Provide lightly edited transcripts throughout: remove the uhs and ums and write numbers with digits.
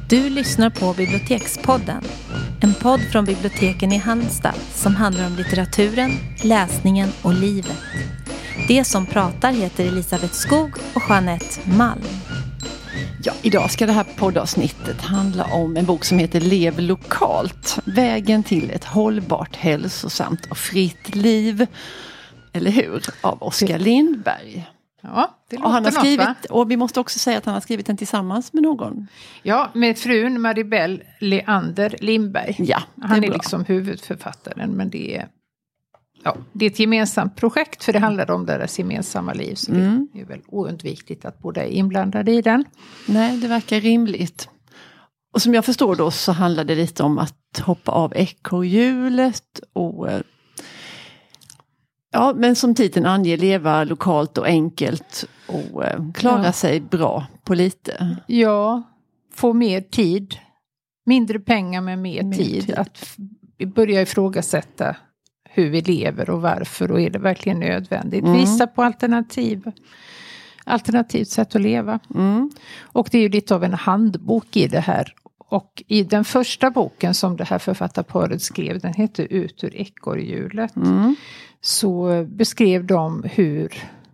Du lyssnar på Bibliotekspodden, en podd från biblioteken i Halmstad som handlar om litteraturen, läsningen och livet. Det som pratar heter Elisabeth Skog och Jeanette Malm. Ja, idag ska det här poddavsnittet handla om en bok som heter Lev lokalt. Vägen till ett hållbart, hälsosamt och fritt liv. Eller hur? Av Oskar Lindberg. Ja, det låter och han har skrivit, något, va? och vi måste också säga att han har skrivit den tillsammans med någon. Ja, med frun Maribel Leander Lindberg. Ja, han är liksom huvudförfattaren, men det är ett gemensamt projekt, för det handlar om deras gemensamma liv. Så det är väl oundvikligt att båda är inblandade i den. Nej, det verkar rimligt. Och som jag förstår då så handlar det lite om att hoppa av ekorrhjulet och men som titeln anger, leva lokalt och enkelt och klara sig bra på lite. Ja, få mer tid. Mindre pengar med mer tid. Att börja ifrågasätta hur vi lever och varför, och är det verkligen nödvändigt. Visa på alternativt sätt att leva. Och det är ju lite av en handbok i det här. Och i den första boken som det här författarparet skrev, den heter Ut ur ekorrhjulet. Så beskrev de hur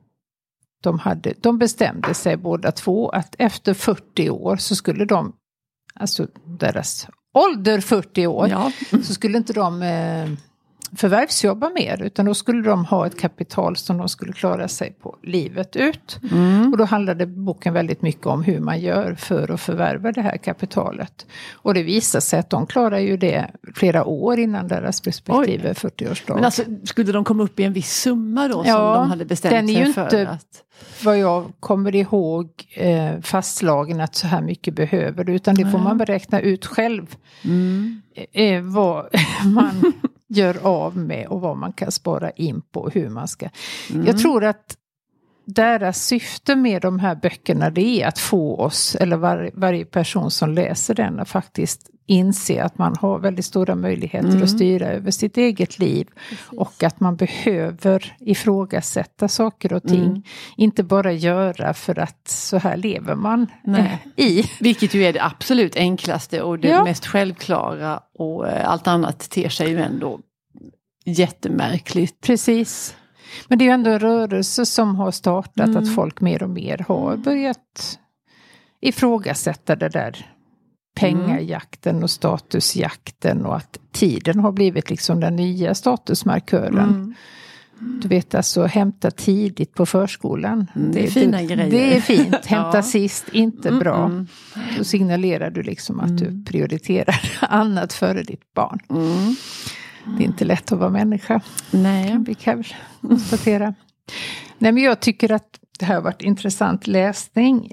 de bestämde sig båda två att efter 40 år så skulle de, alltså deras ålder 40 år, så skulle inte de förvärvsjobba mer, utan då skulle de ha ett kapital som de skulle klara sig på livet ut. Och då handlade boken väldigt mycket om hur man gör för att förvärva det här kapitalet. Och det visar sig att de klarar ju det flera år innan deras respektive 40-årsdag. Men alltså, skulle de komma upp i en viss summa då som de hade bestämt sig för? Den är ju inte, vad jag kommer ihåg, fastslagen att så här mycket behöver, utan det får man beräkna ut själv. Vad man gör av med och vad man kan spara in på och hur man ska. Jag tror att deras syfte med de här böckerna, det är att få oss, eller varje person som läser den, att faktiskt inse att man har väldigt stora möjligheter att styra över sitt eget liv. Och att man behöver ifrågasätta saker och ting. Inte bara göra för att så här lever man i. Vilket ju är det absolut enklaste och det mest självklara, och allt annat ter sig ju ändå jättemärkligt. Precis. Men det är ju ändå en rörelse som har startat, att folk mer och mer har börjat ifrågasätta det där pengajakten och statusjakten, och att tiden har blivit liksom den nya statusmarkören. Du vet, alltså hämta tidigt på förskolan. Det är fina grejer. Det är fint. Hämta sist, inte bra. Då signalerar du liksom att du prioriterar annat före ditt barn. Det är inte lätt att vara människa. Nej. Vi kan väl konstatera. Nej, men jag tycker att det här har varit intressant läsning.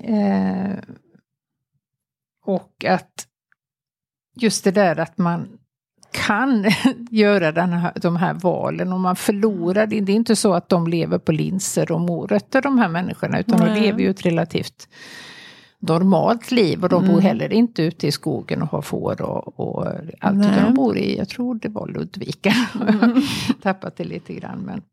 Och att just det där att man kan göra de här valen, och man förlorar det. Det är inte så att de lever på linser och morötter, de här människorna, utan de lever ju ett relativt normalt liv, och de bor heller inte ute i skogen och har får och allt, utan de bor i, jag tror det var Ludvika. Tappat det lite grann,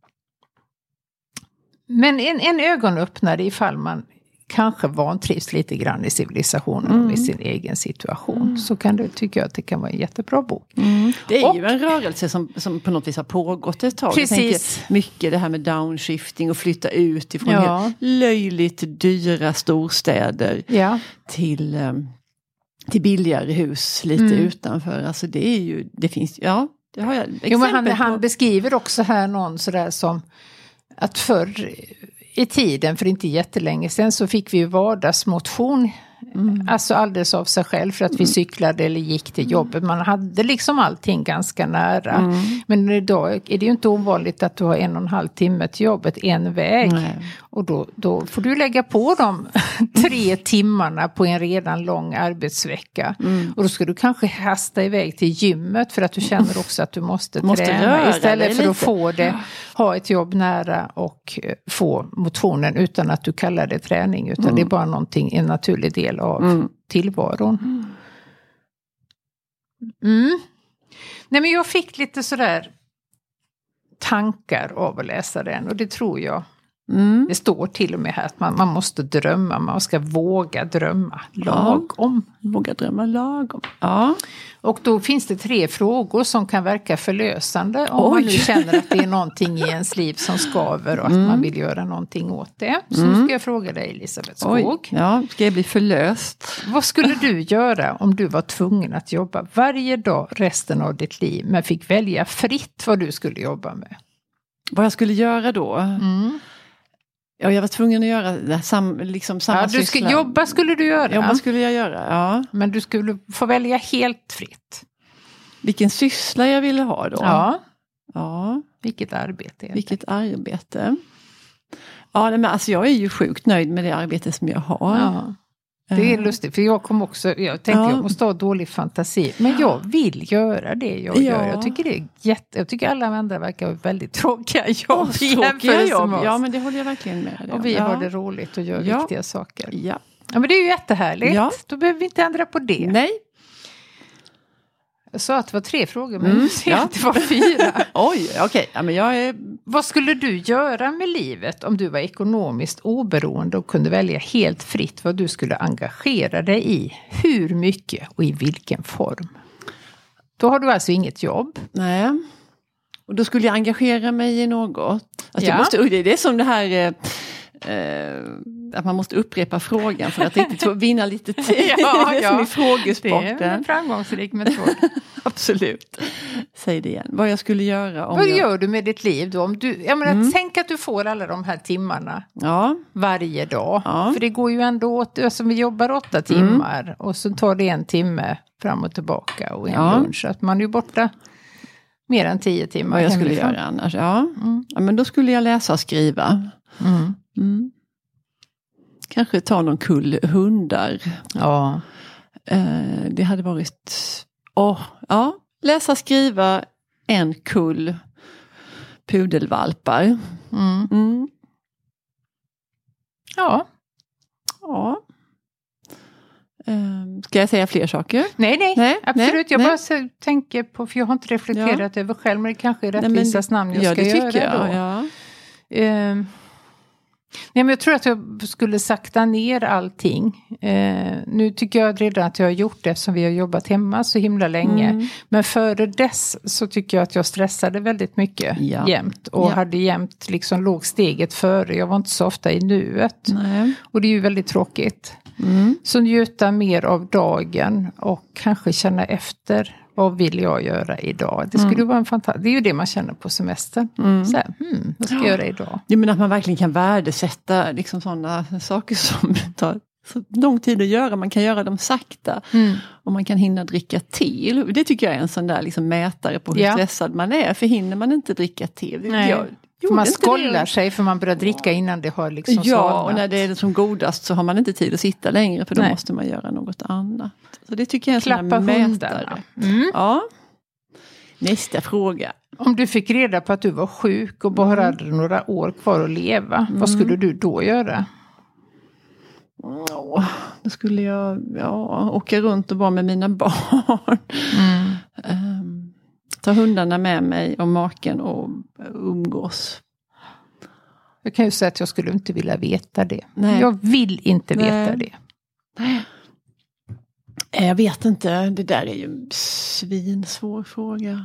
men en ögonöppnare ifall man kanske vantrivs lite grann i civilisationen och i sin egen situation. Så kan det, tycker jag att det kan vara en jättebra bok. Det är ju en rörelse som på något vis har pågått ett tag. Precis. Jag tänker mycket det här med downshifting och flytta ut ifrån helt löjligt dyra storstäder till billigare hus lite utanför. Alltså det är ju, det finns, det har jag exempel på. Han beskriver också här någon sådär som att förr i tiden, för inte jättelänge sedan, så fick vi ju vardagsmotion. Alltså alldeles av sig själv, för att vi cyklade eller gick till jobbet. Man hade liksom allting ganska nära. Men idag är det ju inte ovanligt att du har 1,5 timme till jobbet, en väg. Och då får du lägga på de 3 timmarna på en redan lång arbetsvecka. Och då ska du kanske hasta iväg till gymmet, för att du känner också att du måste träna. Istället för att ha ett jobb nära och få motionen utan att du kallar det träning. Utan det är bara en naturlig del av tillvaron. Nej, men jag fick lite sådär tankar av att läsa den, och det tror jag Det står till och med här att man måste drömma, man ska våga drömma lagom. Ja, våga drömma lagom. Ja. Och då finns det 3 frågor som kan verka förlösande om man nu känner att det är någonting i ens liv som skaver och att man vill göra någonting åt det. Så nu ska jag fråga dig, Elisabeth Skog. Ja, ska jag bli förlöst? Vad skulle du göra om du var tvungen att jobba varje dag resten av ditt liv men fick välja fritt vad du skulle jobba med? Vad jag skulle göra då? Ja, jag var tvungen att göra det samma syssla. Jobba skulle du göra. Jobba skulle jag göra, ja. Men du skulle få välja helt fritt. Vilken syssla jag ville ha då? Ja. Vilket arbete? Arbete? Ja, men alltså jag är ju sjukt nöjd med det arbete som jag har. Ja. Det är lustigt, för jag tänkte jag måste ha dålig fantasi. Men jag vill göra det jag gör. Jag tycker det är jag tycker alla andra verkar vara väldigt tråkiga jobb. Ja, men det håller jag verkligen med. Och vi har det roligt och gör viktiga saker. Ja, men det är ju jättehärligt. Ja. Då behöver vi inte ändra på det. Nej. Jag sa att det var 3 frågor, men det var 4. Oj, okej. Ja, men Vad skulle du göra med livet om du var ekonomiskt oberoende och kunde välja helt fritt vad du skulle engagera dig i? Hur mycket och i vilken form? Då har du alltså inget jobb. Nej. Och då skulle jag engagera mig i något. Alltså det är som det här... att man måste upprepa frågan för att riktigt få vinna lite tid. Det är som i frågesporten. Det är en framgångsrik metod. Absolut. Säg det igen. Vad jag skulle göra om Vad gör du med ditt liv då? Tänk att du får alla de här timmarna varje dag. Ja. För det går ju ändå åt, som vi jobbar 8 timmar och så tar det 1 timme fram och tillbaka och en lunch. Så att man är ju borta mer än 10 timmar. Vad jag skulle göra annars? Ja, men då skulle jag läsa och skriva. Kanske ta någon kull hundar. Ja. Det hade varit... läsa och skriva en kull pudelvalpar. Ja. Ska jag säga fler saker? Nej, absolut. Jag bara tänker på, för jag har inte reflekterat över själv, men det kanske är rättvisas namn jag ska göra då. Ja. Men jag tror att jag skulle sakta ner allting. Nu tycker jag redan att jag har gjort det eftersom vi har jobbat hemma så himla länge. Men före dess så tycker jag att jag stressade väldigt mycket jämt. Och hade jämt låg steget före. Jag var inte så ofta i nuet. Nej. Och det är ju väldigt tråkigt. Så njuta mer av dagen och kanske känna efter. Vad vill jag göra idag? Det skulle vara det är ju det man känner på semestern. Vad ska jag göra idag? Ja, men att man verkligen kan värdesätta sådana saker som tar så lång tid att göra. Man kan göra dem sakta. Och man kan hinna dricka te. Det tycker jag är en sån där mätare på hur stressad man är. För hinner man inte dricka te? Man skollar sig för man börjar dricka innan det har svalnat. Och när det är som godast så har man inte tid att sitta längre. För då måste man göra något annat. Så det tycker jag är en sån här mätare. Ja. Nästa fråga. Om du fick reda på att du var sjuk och bara hade några år kvar att leva. Vad skulle du då göra? Då skulle jag åka runt och vara med mina barn. Ta hundarna med mig och maken och umgås. Jag kan ju säga att jag skulle inte vilja veta det. Nej. Jag vill inte veta det. Jag vet inte. Det där är ju en svinsvår fråga.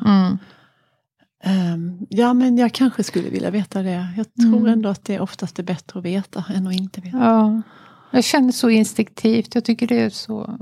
Men jag kanske skulle vilja veta det. Jag tror ändå att det oftast är bättre att veta än att inte veta. Ja. Jag känner så instinktivt. Jag tycker det är så...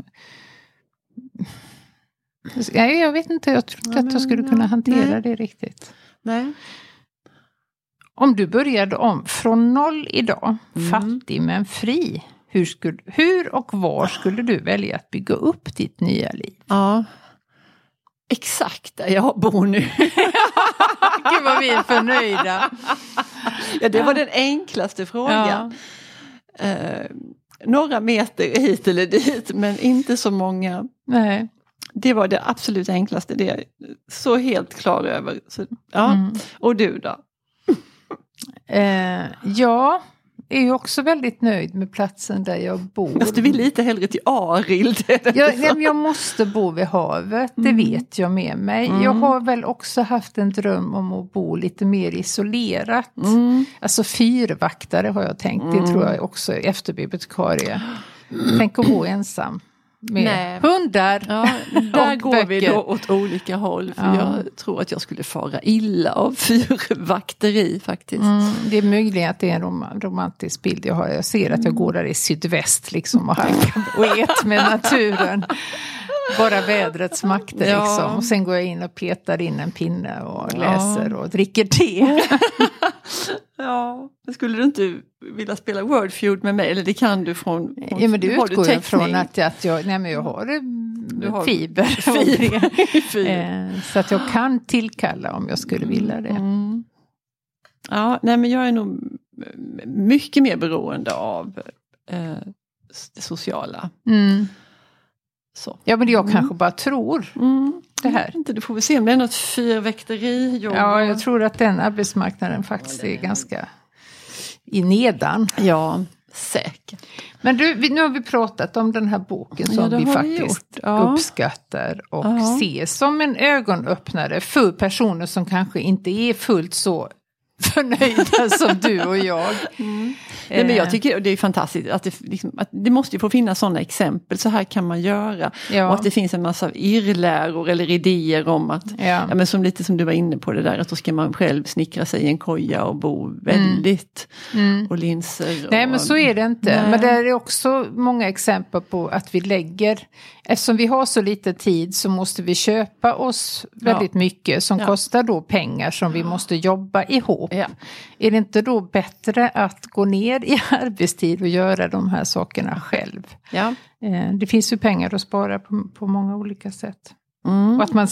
Jag vet inte. Jag tror inte att jag skulle kunna hantera det riktigt. Nej. Om du började om från 0 idag, fattig men fri, hur och var skulle du välja att bygga upp ditt nya liv? Ja, exakt där jag bor nu. Gud vad vi är förnöjda. Det var den enklaste frågan. Några meter hit eller dit, men inte så många. Nej. Det var det absolut enklaste, det är jag så helt klar över. Så, och du då? är ju också väldigt nöjd med platsen där jag bor. Fast du vill lite hellre till Arild. Jag måste bo vid havet, det vet jag med mig. Jag har väl också haft en dröm om att bo lite mer isolerat. Alltså fyrvaktare har jag tänkt, det tror jag också efter bibliotekarie. Tänk att bo ensam. Med hundar. Ja, där går böcker. Vi då åt olika håll. För jag tror att jag skulle fara illa av fyrvakteri faktiskt. Det är möjligt att det är en romantisk bild jag har. Jag ser att jag går där i sydväst liksom och ett med naturen. Bara vädrets makter liksom. Och sen går jag in och petar in en pinne och läser och dricker te. Ja, skulle du inte vilja spela Wordfeud med mig? Eller det kan du från ja, men det utgår jag från att jag har fiber. Så att jag kan tillkalla om jag skulle vilja det. Ja, nej men jag är nog mycket mer beroende av det sociala. Så. Ja, men jag kanske bara tror det här. Du får väl se om det är något fyrväkteri. Ja, jag tror att den arbetsmarknaden faktiskt är ganska i nedan. Ja, säkert. Men nu har vi pratat om den här boken som vi faktiskt uppskattar och ser som en ögonöppnare för personer som kanske inte är fullt så förnöjda som du och jag. Nej, men jag tycker det är fantastiskt att det måste ju få finnas sådana exempel. Så här kan man göra. Ja. Och att det finns en massa irrläror eller idéer om att, men som lite som du var inne på det där, att då ska man själv snickra sig i en koja och bo väldigt och linser. Nej, men så är det inte. Nej. Men det är också många exempel på att vi lägger, eftersom vi har så lite tid så måste vi köpa oss väldigt mycket som kostar då pengar som vi måste jobba ihop. Ja. Är det inte då bättre att gå ner i arbetstid och göra de här sakerna själv? Ja. Det finns ju pengar att spara på många olika sätt. Och att man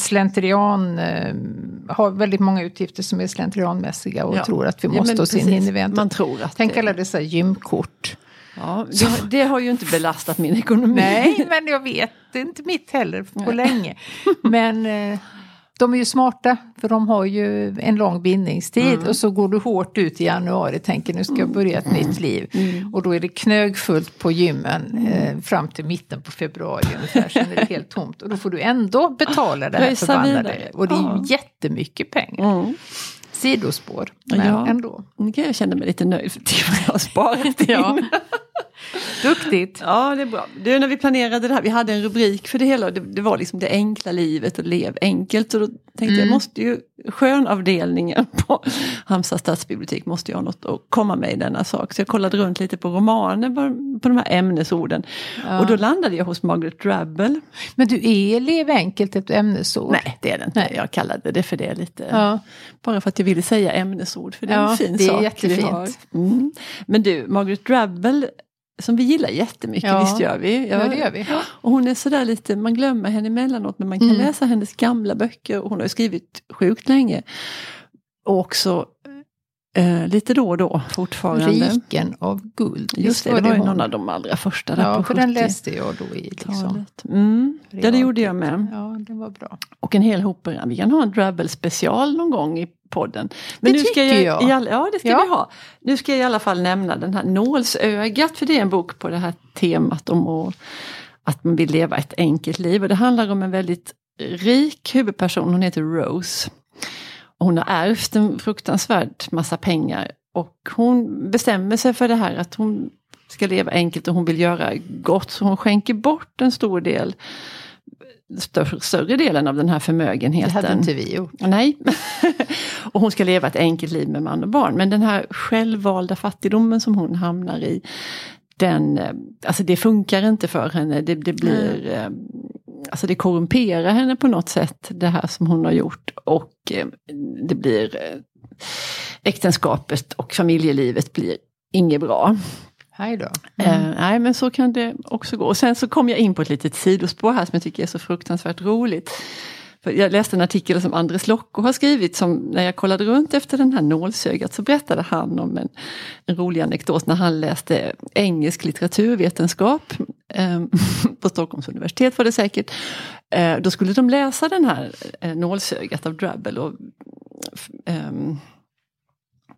har väldigt många utgifter som är slentrianmässiga och tror att vi måste oss in i event. Man tror att tänk alla dessa gymkort. Ja, det har ju inte belastat min ekonomi. Nej, men jag vet. Det är inte mitt heller på länge. Men de är ju smarta, för de har ju en lång bindningstid. Och så går du hårt ut i januari, tänker nu ska jag börja ett nytt liv. Och då är det knögfullt på gymmen fram till mitten på februari ungefär. Sen är det helt tomt. Och då får du ändå betala det här förbannade. Och det är ju jättemycket pengar. Sidospår, men ändå. Nu kan jag känna mig lite nöjd för det jag har sparat in. Duktigt. Ja, det är bra. När vi planerade det här, vi hade en rubrik för det hela. Det var liksom det enkla livet och lev enkelt. Och då tänkte jag, måste ju skönavdelningen på Halmstad stadsbibliotek måste jag ha något att komma med i denna sak. Så jag kollade runt lite på romaner, på de här ämnesorden. Och då landade jag hos Margaret Drabble. Men du är lev enkelt ett ämnesord? Nej, det är det inte. Nej. Jag kallade det för det lite. Bara för att jag ville säga ämnesord. För det är en fin det sak. Det är jättefint. Men du, Margaret Drabble, som vi gillar jättemycket, visst gör vi? Ja, det gör vi. Och hon är sådär lite, man glömmer henne emellanåt, men man kan läsa hennes gamla böcker. Och hon har ju skrivit sjukt länge. Och också lite då och då fortfarande. Riken av guld. Just det var ju någon av de allra första där på 70. För den läste jag då i liksom. Ja, det gjorde jag med. Ja, det var bra. Och en hel hopera. Vi kan ha en Drabble special någon gång i podden. Men det tycker jag. Det ska vi ha. Nu ska jag i alla fall nämna den här Nålsögat, för det är en bok på det här temat om att man vill leva ett enkelt liv. Och det handlar om en väldigt rik huvudperson, hon heter Rose. Och hon har ärvt en fruktansvärd massa pengar. Och hon bestämmer sig för det här att hon ska leva enkelt och hon vill göra gott. Så hon skänker bort en stor del, större delen av den här förmögenheten. Det hade inte vi gjort. Nej. Och hon ska leva ett enkelt liv med man och barn. Men den här självvalda fattigdomen som hon hamnar i, alltså det funkar inte för henne. Det blir... Alltså det korrumperar henne på något sätt, det här som hon har gjort. Och det blir äktenskapet och familjelivet blir inget bra. Hej då. Nej, men så kan det också gå. Och sen så kom jag in på ett litet sidospår här som jag tycker är så fruktansvärt roligt. För jag läste en artikel som Andres Locko har skrivit, som när jag kollade runt efter den här Nålsögat så berättade han om en rolig anekdot när han läste engelsk litteraturvetenskap på Stockholms universitet var det säkert. Då skulle de läsa den här Nålsögat av Drabble och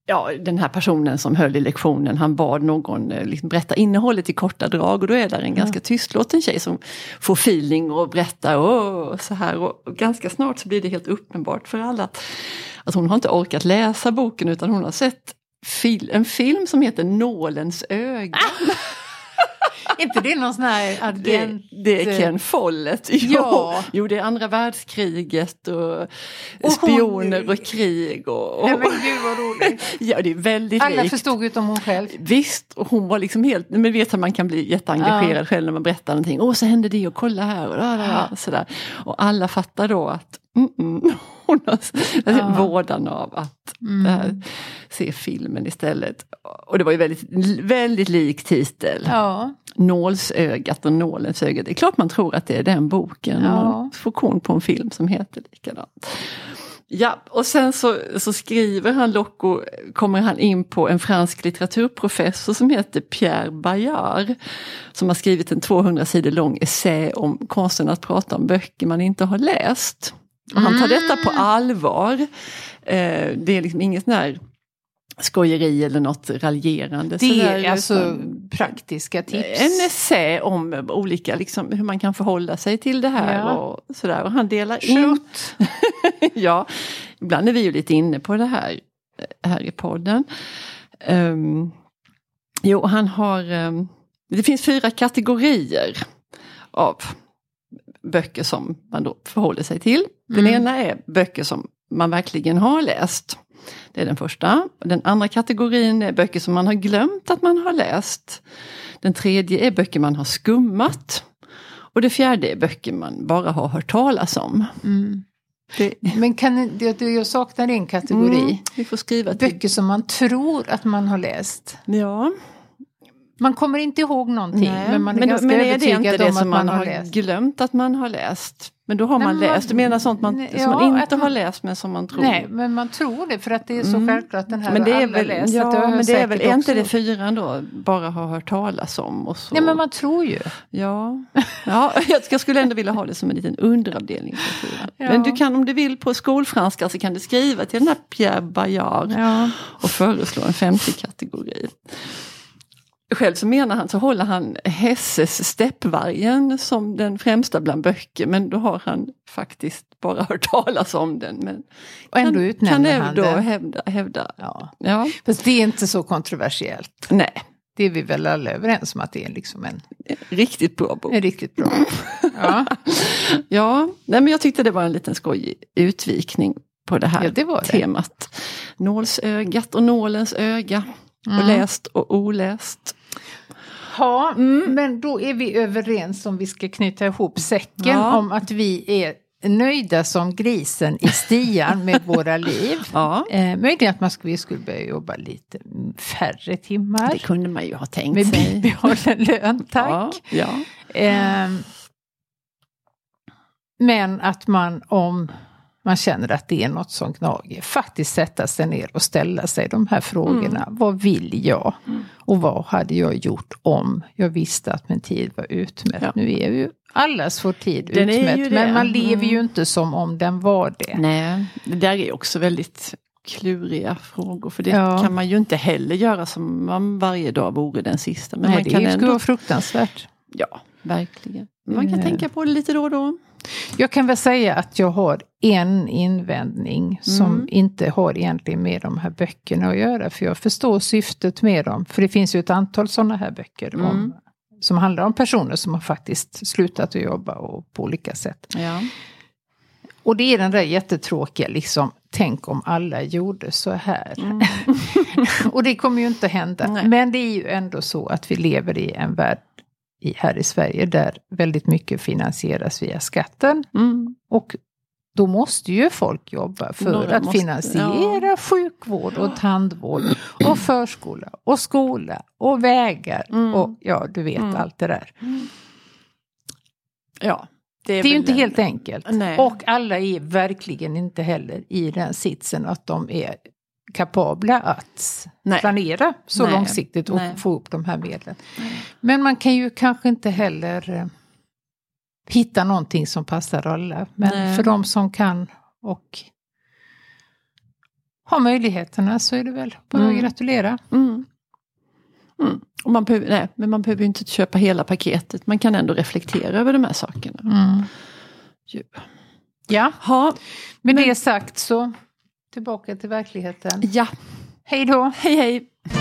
ja, den här personen som höll i lektionen, han bad någon liksom berätta innehållet i korta drag, och då är där en ganska tystlåten tjej som får feeling och berättar så här, och ganska snart så blir det helt uppenbart för alla att hon har inte orkat läsa boken, utan hon har sett en film som heter Nålens öga. Inte det någon sån här agent? Det är Ken Follett. Jo, det är andra världskriget och spioner och krig. Nej, men gud vad roligt. Ja, det är väldigt alla likt. Förstod utom hon själv. Visst, och hon var liksom helt, men vet att man kan bli jätteengagerad själv när man berättar någonting. Så hände det och kolla här och sådär. Och alla fattar då att hon har vårdan av att se filmen istället. Och det var ju väldigt, väldigt lik titel. Ja. Nålsögat och Nålens öga. Det är klart man tror att det är den boken. Ja. Man får kon på en film som heter likadant. Ja, och sen så skriver han kommer han in på en fransk litteraturprofessor som heter Pierre Bayard, som har skrivit en 200 sidor lång essä om konsten att prata om böcker man inte har läst. Och han tar detta på allvar. Det är liksom inget sån här skojeri eller något raljerande. Det är alltså praktiska tips. En essä om olika, liksom, hur man kan förhålla sig till det här och sådär. Och han delar in. Ja, ibland är vi ju lite inne på det här i podden. Han har, det finns 4 kategorier av böcker som man då förhåller sig till. Den ena är böcker som man verkligen har läst. Det är den första. Den andra kategorin är böcker som man har glömt att man har läst. Den tredje är böcker man har skummat. Och det fjärde är böcker man bara har hört talas om. Men jag saknar en kategori. Vi får skriva till. Böcker som man tror att man har läst. Ja. Man kommer inte ihåg någonting. Nej, men man är ganska övertygad det inte det om som att man har läst. Glömt att man har läst. Men då har man läst. Du menar sånt som man inte har läst men som man tror. Nej, men man tror det för att det är så självklart den här men det är alla väl, läst. Men det är väl inte det 4 då bara har hört talas om. Och så. Nej, men man tror ju. Ja, jag skulle ändå vilja ha det som en liten underavdelning på 4. Men du kan, om du vill på skolfranska, så kan du skriva till den här Pierre Bayard och föreslå en 5:e kategori. Själv så håller han Hesses Steppvargen som den främsta bland böcker, men då har han faktiskt bara hört talas om den. Men och ändå utnämner han det. Hävda. Ja. Fast det är inte så kontroversiellt. Nej. Det är vi väl alla överens om att det är liksom en riktigt bra bok. En riktigt bra bok. Nej, men jag tyckte det var en liten skojig utvikning på det här temat. Nålsögat och Nålens öga. Och läst och oläst. Ja, men då är vi överens om vi ska knyta ihop säcken om att vi är nöjda som grisen i stian med våra liv. Möjligen att vi skulle börja jobba lite färre timmar. Det kunde man ju ha tänkt med sig. Med bibehållen lön, tack. Men att om man känner att det är något som gnager, faktiskt sätta sig ner och ställa sig de här frågorna. Vad vill jag? Och vad hade jag gjort om jag visste att min tid var utmätt? Nu är ju allas vår tid utmätt, men man lever ju inte som om den var det. Nej, det där är också väldigt kluriga frågor, för det kan man ju inte heller göra som man varje dag vore den sista. Men nej, det skulle vara fruktansvärt. Ja, verkligen. Man kan tänka på det lite då och då. Jag kan väl säga att jag har en invändning som inte har egentligen med de här böckerna att göra. För jag förstår syftet med dem. För det finns ju ett antal sådana här böcker som handlar om personer som har faktiskt slutat att jobba och på olika sätt. Ja. Och det är den där jättetråkiga liksom, tänk om alla gjorde så här. Och det kommer ju inte hända. Nej. Men det är ju ändå så att vi lever i en värld här i Sverige där väldigt mycket finansieras via skatten. Och då måste ju folk jobba för att finansiera sjukvård och tandvård och förskola och skola och vägar och du vet allt det där. Ja, det är ju inte helt enkelt. Nej. Och alla är verkligen inte heller i den sitsen att de är kapabla att planera så långsiktigt och få upp de här medlen. Men man kan ju kanske inte heller hitta någonting som passar alla. Men för de som kan och har möjligheterna så är det väl bara att gratulera. Och man behöver ju inte köpa hela paketet. Man kan ändå reflektera över de här sakerna. Ja, med det sagt så tillbaka till verkligheten. Ja. Hej då. Hej hej.